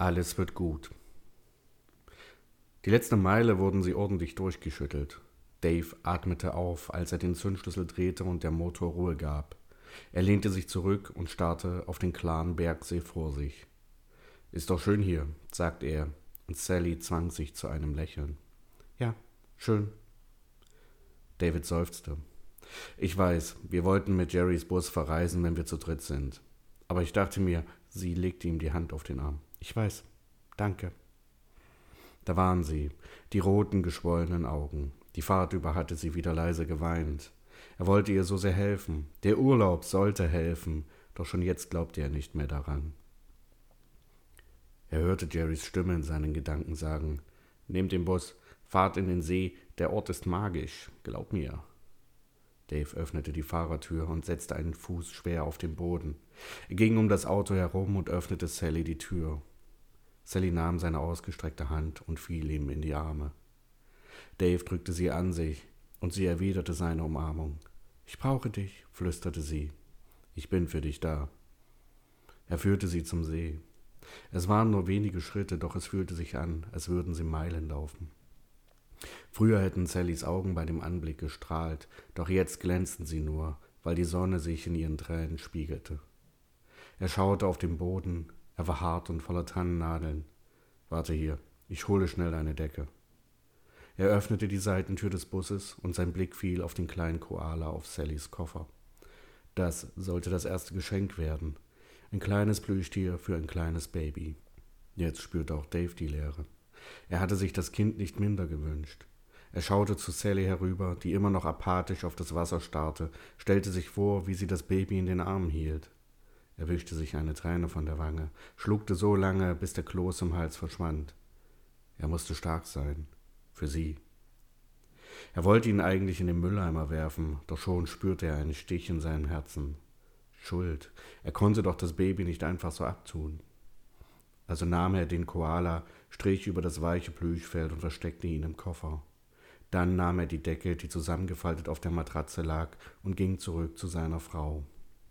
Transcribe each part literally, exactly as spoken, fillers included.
Alles wird gut. Die letzte Meile wurden sie ordentlich durchgeschüttelt. Dave atmete auf, als er den Zündschlüssel drehte und der Motor Ruhe gab. Er lehnte sich zurück und starrte auf den klaren Bergsee vor sich. »Ist doch schön hier«, sagte er, und Sally zwang sich zu einem Lächeln. »Ja, schön.« David seufzte. »Ich weiß, wir wollten mit Jerrys Bus verreisen, wenn wir zu dritt sind. Aber ich dachte mir«, sie legte ihm die Hand auf den Arm. »Ich weiß. Danke.« Da waren sie, die roten, geschwollenen Augen. Die Fahrt über hatte sie wieder leise geweint. Er wollte ihr so sehr helfen. Der Urlaub sollte helfen, doch schon jetzt glaubte er nicht mehr daran. Er hörte Jerrys Stimme in seinen Gedanken sagen, »Nehmt den Bus, fahrt in den See, der Ort ist magisch, glaub mir.« Dave öffnete die Fahrertür und setzte einen Fuß schwer auf den Boden. Er ging um das Auto herum und öffnete Sally die Tür. Sally nahm seine ausgestreckte Hand und fiel ihm in die Arme. Dave drückte sie an sich, und sie erwiderte seine Umarmung. »Ich brauche dich«, flüsterte sie. »Ich bin für dich da.« Er führte sie zum See. Es waren nur wenige Schritte, doch es fühlte sich an, als würden sie Meilen laufen. Früher hätten Sallys Augen bei dem Anblick gestrahlt, doch jetzt glänzten sie nur, weil die Sonne sich in ihren Tränen spiegelte. Er schaute auf den Boden, er war hart und voller Tannennadeln. »Warte hier, ich hole schnell eine Decke.« Er öffnete die Seitentür des Busses und sein Blick fiel auf den kleinen Koala auf Sallys Koffer. Das sollte das erste Geschenk werden. Ein kleines Plüschtier für ein kleines Baby. Jetzt spürte auch Dave die Leere. Er hatte sich das Kind nicht minder gewünscht. Er schaute zu Sally herüber, die immer noch apathisch auf das Wasser starrte, stellte sich vor, wie sie das Baby in den Armen hielt. Er wischte sich eine Träne von der Wange, schluckte so lange, bis der Kloß im Hals verschwand. Er musste stark sein. Für sie. Er wollte ihn eigentlich in den Mülleimer werfen, doch schon spürte er einen Stich in seinem Herzen. Schuld. Er konnte doch das Baby nicht einfach so abtun. Also nahm er den Koala, strich über das weiche Plüschfell und versteckte ihn im Koffer. Dann nahm er die Decke, die zusammengefaltet auf der Matratze lag, und ging zurück zu seiner Frau.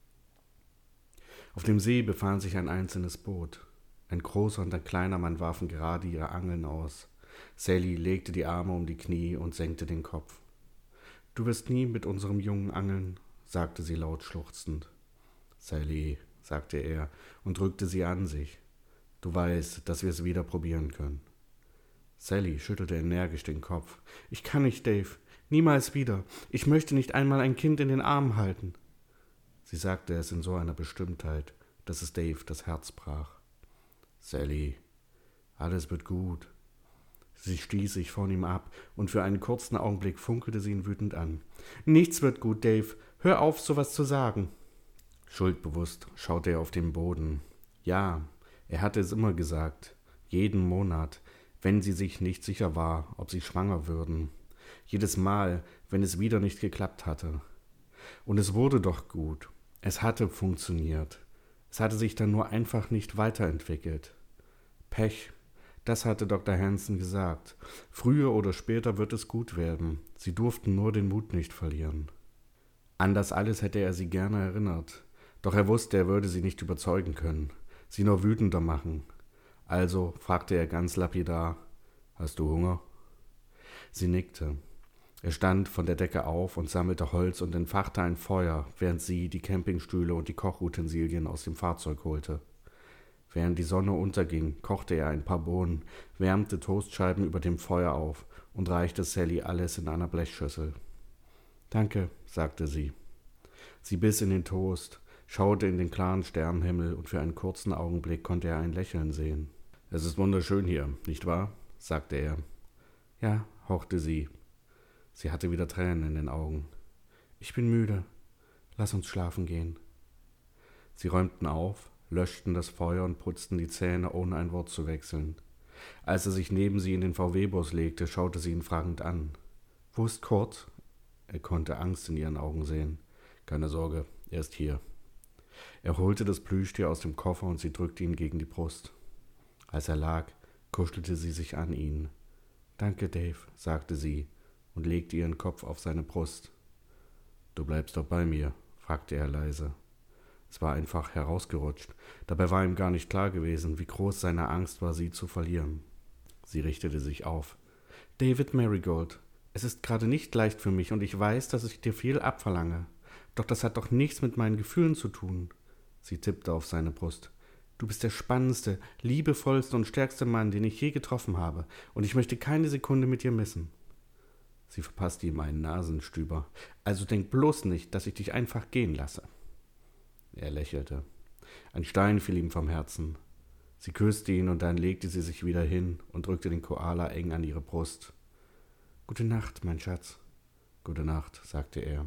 Auf dem See befand sich ein einzelnes Boot. Ein großer und ein kleiner Mann warfen gerade ihre Angeln aus. Sally legte die Arme um die Knie und senkte den Kopf. »Du wirst nie mit unserem Jungen angeln«, sagte sie laut schluchzend. »Sally«, sagte er und drückte sie an sich. »Du weißt, dass wir es wieder probieren können.« Sally schüttelte energisch den Kopf. »Ich kann nicht, Dave. Niemals wieder. Ich möchte nicht einmal ein Kind in den Armen halten.« Sie sagte es in so einer Bestimmtheit, dass es Dave das Herz brach. »Sally, alles wird gut.« Sie stieß sich von ihm ab, und für einen kurzen Augenblick funkelte sie ihn wütend an. »Nichts wird gut, Dave. Hör auf, sowas zu sagen.« Schuldbewusst schaute er auf den Boden. Ja, er hatte es immer gesagt. Jeden Monat, wenn sie sich nicht sicher war, ob sie schwanger würden. Jedes Mal, wenn es wieder nicht geklappt hatte. Und es wurde doch gut. Es hatte funktioniert. Es hatte sich dann nur einfach nicht weiterentwickelt. Pech. Das hatte Doktor Hansen gesagt. Früher oder später wird es gut werden. Sie durften nur den Mut nicht verlieren. An das alles hätte er sie gerne erinnert. Doch er wusste, er würde sie nicht überzeugen können, sie nur wütender machen. Also fragte er ganz lapidar, »Hast du Hunger?« Sie nickte. Er stand von der Decke auf und sammelte Holz und entfachte ein Feuer, während sie die Campingstühle und die Kochutensilien aus dem Fahrzeug holte. Während die Sonne unterging, kochte er ein paar Bohnen, wärmte Toastscheiben über dem Feuer auf und reichte Sally alles in einer Blechschüssel. »Danke«, sagte sie. Sie biss in den Toast, schaute in den klaren Sternenhimmel und für einen kurzen Augenblick konnte er ein Lächeln sehen. »Es ist wunderschön hier, nicht wahr?«, sagte er. »Ja«, hauchte sie. Sie hatte wieder Tränen in den Augen. »Ich bin müde. Lass uns schlafen gehen.« Sie räumten auf, löschten das Feuer und putzten die Zähne, ohne ein Wort zu wechseln. Als er sich neben sie in den V W-Bus legte, schaute sie ihn fragend an. »Wo ist Kurt?« Er konnte Angst in ihren Augen sehen. »Keine Sorge, er ist hier.« Er holte das Plüschtier aus dem Koffer und sie drückte ihn gegen die Brust. Als er lag, kuschelte sie sich an ihn. »Danke, Dave«, sagte sie und legte ihren Kopf auf seine Brust. »Du bleibst doch bei mir?«, fragte er leise. Es war einfach herausgerutscht. Dabei war ihm gar nicht klar gewesen, wie groß seine Angst war, sie zu verlieren. Sie richtete sich auf. »David Marigold, es ist gerade nicht leicht für mich und ich weiß, dass ich dir viel abverlange. Doch das hat doch nichts mit meinen Gefühlen zu tun.« Sie tippte auf seine Brust. »Du bist der spannendste, liebevollste und stärkste Mann, den ich je getroffen habe, und ich möchte keine Sekunde mit dir missen.« Sie verpasste ihm einen Nasenstüber. »Also denk bloß nicht, dass ich dich einfach gehen lasse.« Er lächelte. Ein Stein fiel ihm vom Herzen. Sie küsste ihn und dann legte sie sich wieder hin und drückte den Koala eng an ihre Brust. »Gute Nacht, mein Schatz.« »Gute Nacht«, sagte er.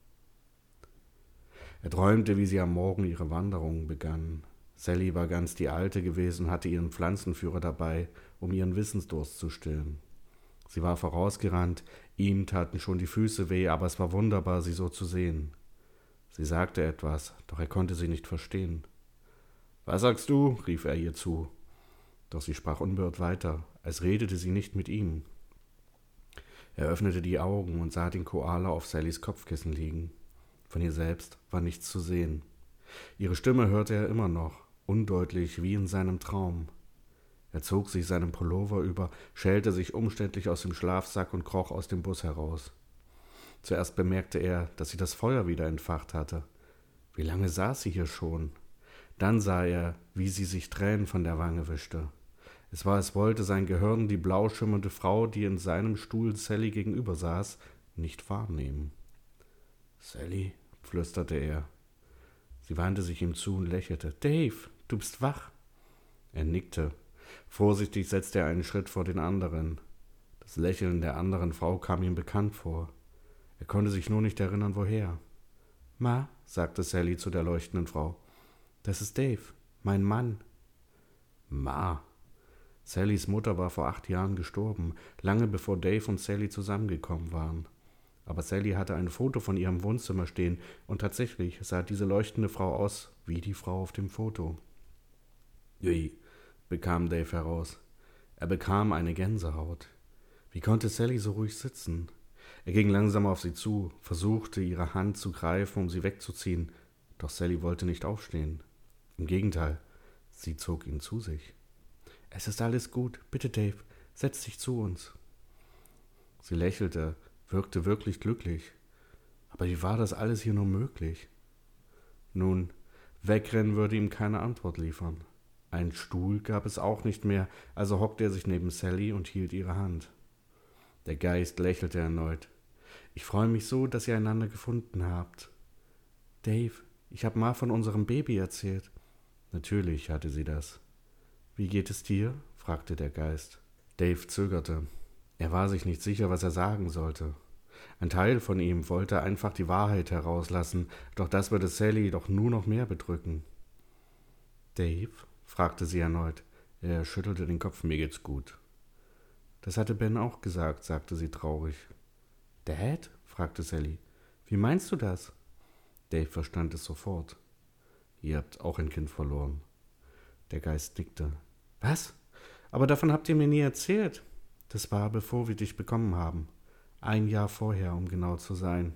Er träumte, wie sie am Morgen ihre Wanderung begannen. Sally war ganz die Alte gewesen und hatte ihren Pflanzenführer dabei, um ihren Wissensdurst zu stillen. Sie war vorausgerannt, ihm taten schon die Füße weh, aber es war wunderbar, sie so zu sehen. Sie sagte etwas, doch er konnte sie nicht verstehen. »Was sagst du?« rief er ihr zu. Doch sie sprach unbeirrt weiter, als redete sie nicht mit ihm. Er öffnete die Augen und sah den Koala auf Sallys Kopfkissen liegen. Von ihr selbst war nichts zu sehen. Ihre Stimme hörte er immer noch, undeutlich wie in seinem Traum. Er zog sich seinen Pullover über, schälte sich umständlich aus dem Schlafsack und kroch aus dem Bus heraus. Zuerst bemerkte er, dass sie das Feuer wieder entfacht hatte. Wie lange saß sie hier schon? Dann sah er, wie sie sich Tränen von der Wange wischte. Es war, als wollte sein Gehirn die blau schimmernde Frau, die in seinem Stuhl Sally gegenüber saß, nicht wahrnehmen. »Sally«, flüsterte er. Sie wandte sich ihm zu und lächelte. »Dave, du bist wach.« Er nickte. Vorsichtig setzte er einen Schritt vor den anderen. Das Lächeln der anderen Frau kam ihm bekannt vor. Er konnte sich nur nicht erinnern, woher. »Ma«, sagte Sally zu der leuchtenden Frau, »das ist Dave, mein Mann.« »Ma«. Sallys Mutter war vor acht Jahren gestorben, lange bevor Dave und Sally zusammengekommen waren. Aber Sally hatte ein Foto von ihrem Wohnzimmer stehen, und tatsächlich sah diese leuchtende Frau aus wie die Frau auf dem Foto. »Ui«, bekam Dave heraus. Er bekam eine Gänsehaut. Wie konnte Sally so ruhig sitzen? Er ging langsam auf sie zu, versuchte, ihre Hand zu greifen, um sie wegzuziehen, doch Sally wollte nicht aufstehen. Im Gegenteil, sie zog ihn zu sich. »Es ist alles gut. Bitte, Dave, setz dich zu uns.« Sie lächelte, wirkte wirklich glücklich. Aber wie war das alles hier nur möglich? Nun, wegrennen würde ihm keine Antwort liefern. Einen Stuhl gab es auch nicht mehr, also hockte er sich neben Sally und hielt ihre Hand. Der Geist lächelte erneut. »Ich freue mich so, dass ihr einander gefunden habt.« »Dave, ich habe Ma von unserem Baby erzählt.« Natürlich hatte sie das. »Wie geht es dir?« fragte der Geist. Dave zögerte. Er war sich nicht sicher, was er sagen sollte. Ein Teil von ihm wollte einfach die Wahrheit herauslassen, doch das würde Sally doch nur noch mehr bedrücken. »Dave?« fragte sie erneut. Er schüttelte den Kopf. »Mir geht's gut.« »Das hatte Ben auch gesagt«, sagte sie traurig. »Dad?« fragte Sally. »Wie meinst du das?« Dave verstand es sofort. »Ihr habt auch ein Kind verloren.« Der Geist nickte. »Was? Aber davon habt ihr mir nie erzählt.« »Das war, bevor wir dich bekommen haben. Ein Jahr vorher, um genau zu sein.«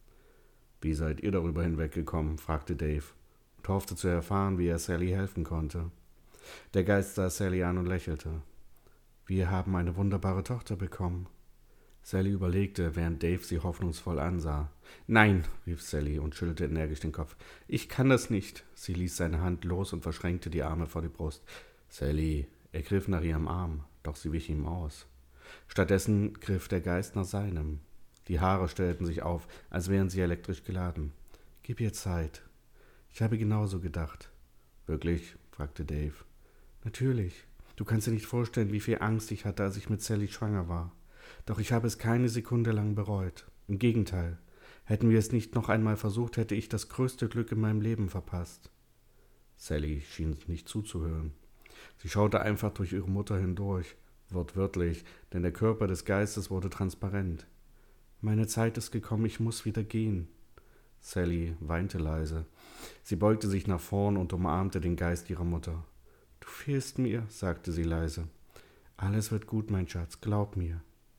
»Wie seid ihr darüber hinweggekommen?« fragte Dave und hoffte zu erfahren, wie er Sally helfen konnte. Der Geist sah Sally an und lächelte. »Wir haben eine wunderbare Tochter bekommen.« Sally überlegte, während Dave sie hoffnungsvoll ansah. »Nein«, rief Sally und schüttelte energisch den Kopf. »Ich kann das nicht.« Sie ließ seine Hand los und verschränkte die Arme vor die Brust. »Sally«, er griff nach ihrem Arm, doch sie wich ihm aus. Stattdessen griff der Geist nach seinem. Die Haare stellten sich auf, als wären sie elektrisch geladen. »Gib ihr Zeit.« »Ich habe genauso gedacht.« »Wirklich?« fragte Dave. »Natürlich. Du kannst dir nicht vorstellen, wie viel Angst ich hatte, als ich mit Sally schwanger war. Doch ich habe es keine Sekunde lang bereut. Im Gegenteil. Hätten wir es nicht noch einmal versucht, hätte ich das größte Glück in meinem Leben verpasst.« Sally schien nicht zuzuhören. Sie schaute einfach durch ihre Mutter hindurch, wortwörtlich, denn der Körper des Geistes wurde transparent. »Meine Zeit ist gekommen, ich muss wieder gehen.« Sally weinte leise. Sie beugte sich nach vorn und umarmte den Geist ihrer Mutter. »Du fehlst mir«, sagte sie leise. »Alles wird gut, mein Schatz, glaub mir.«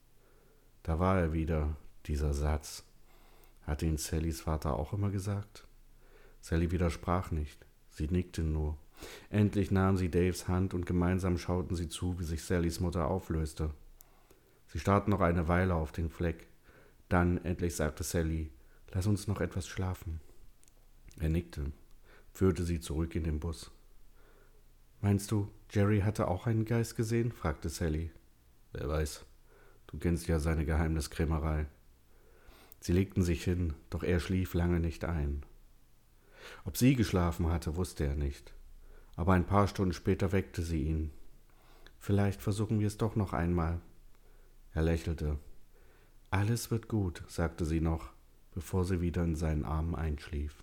Da war er wieder, dieser Satz. Hatte ihn Sallys Vater auch immer gesagt? Sally widersprach nicht. Sie nickte nur. Endlich nahm sie Daves Hand und gemeinsam schauten sie zu, wie sich Sallys Mutter auflöste. Sie starrten noch eine Weile auf den Fleck. Dann endlich sagte Sally, »Lass uns noch etwas schlafen.« Er nickte, führte sie zurück in den Bus. »Meinst du, Jerry hatte auch einen Geist gesehen?« fragte Sally. »Wer weiß. Du kennst ja seine Geheimniskrämerei.« Sie legten sich hin, doch er schlief lange nicht ein. Ob sie geschlafen hatte, wusste er nicht. Aber ein paar Stunden später weckte sie ihn. »Vielleicht versuchen wir es doch noch einmal.« Er lächelte. »Alles wird gut«, sagte sie noch, bevor sie wieder in seinen Armen einschlief.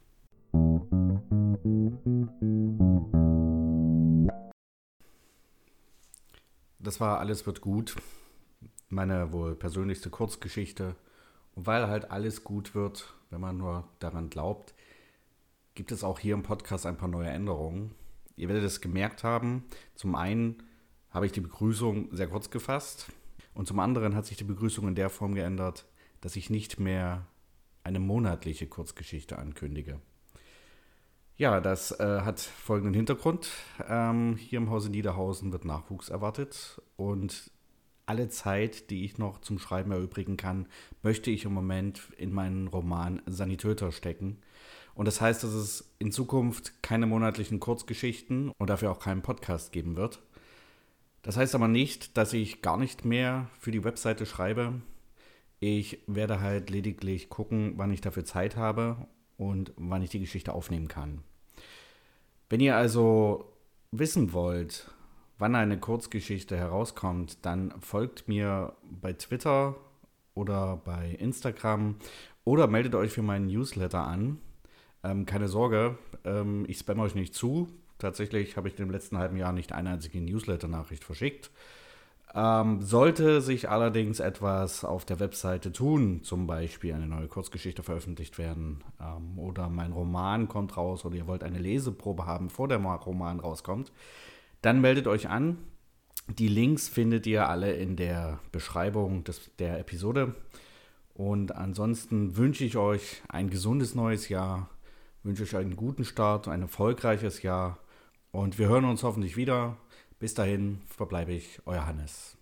Das war Alles wird gut, meine wohl persönlichste Kurzgeschichte. Und weil halt alles gut wird, wenn man nur daran glaubt, gibt es auch hier im Podcast ein paar neue Änderungen. Ihr werdet es gemerkt haben, zum einen habe ich die Begrüßung sehr kurz gefasst und zum anderen hat sich die Begrüßung in der Form geändert, dass ich nicht mehr eine monatliche Kurzgeschichte ankündige. Ja, das äh, hat folgenden Hintergrund. Ähm, hier im Hause Niederhausen wird Nachwuchs erwartet und alle Zeit, die ich noch zum Schreiben erübrigen kann, möchte ich im Moment in meinen Roman Sanitöter stecken. Und das heißt, dass es in Zukunft keine monatlichen Kurzgeschichten und dafür auch keinen Podcast geben wird. Das heißt aber nicht, dass ich gar nicht mehr für die Webseite schreibe. Ich werde halt lediglich gucken, wann ich dafür Zeit habe und wann ich die Geschichte aufnehmen kann. Wenn ihr also wissen wollt, wann eine Kurzgeschichte herauskommt, dann folgt mir bei Twitter oder bei Instagram oder meldet euch für meinen Newsletter an. Ähm, keine Sorge, ähm, ich spamme euch nicht zu. Tatsächlich habe ich im letzten halben Jahr nicht eine einzige Newsletter-Nachricht verschickt. Ähm, sollte sich allerdings etwas auf der Webseite tun, zum Beispiel eine neue Kurzgeschichte veröffentlicht werden ähm, oder mein Roman kommt raus oder ihr wollt eine Leseprobe haben, bevor der Roman rauskommt, dann meldet euch an. Die Links findet ihr alle in der Beschreibung des, der Episode. Und ansonsten wünsche ich euch ein gesundes neues Jahr, wünsche euch einen guten Start, ein erfolgreiches Jahr und wir hören uns hoffentlich wieder. Bis dahin verbleibe ich, euer Hannes.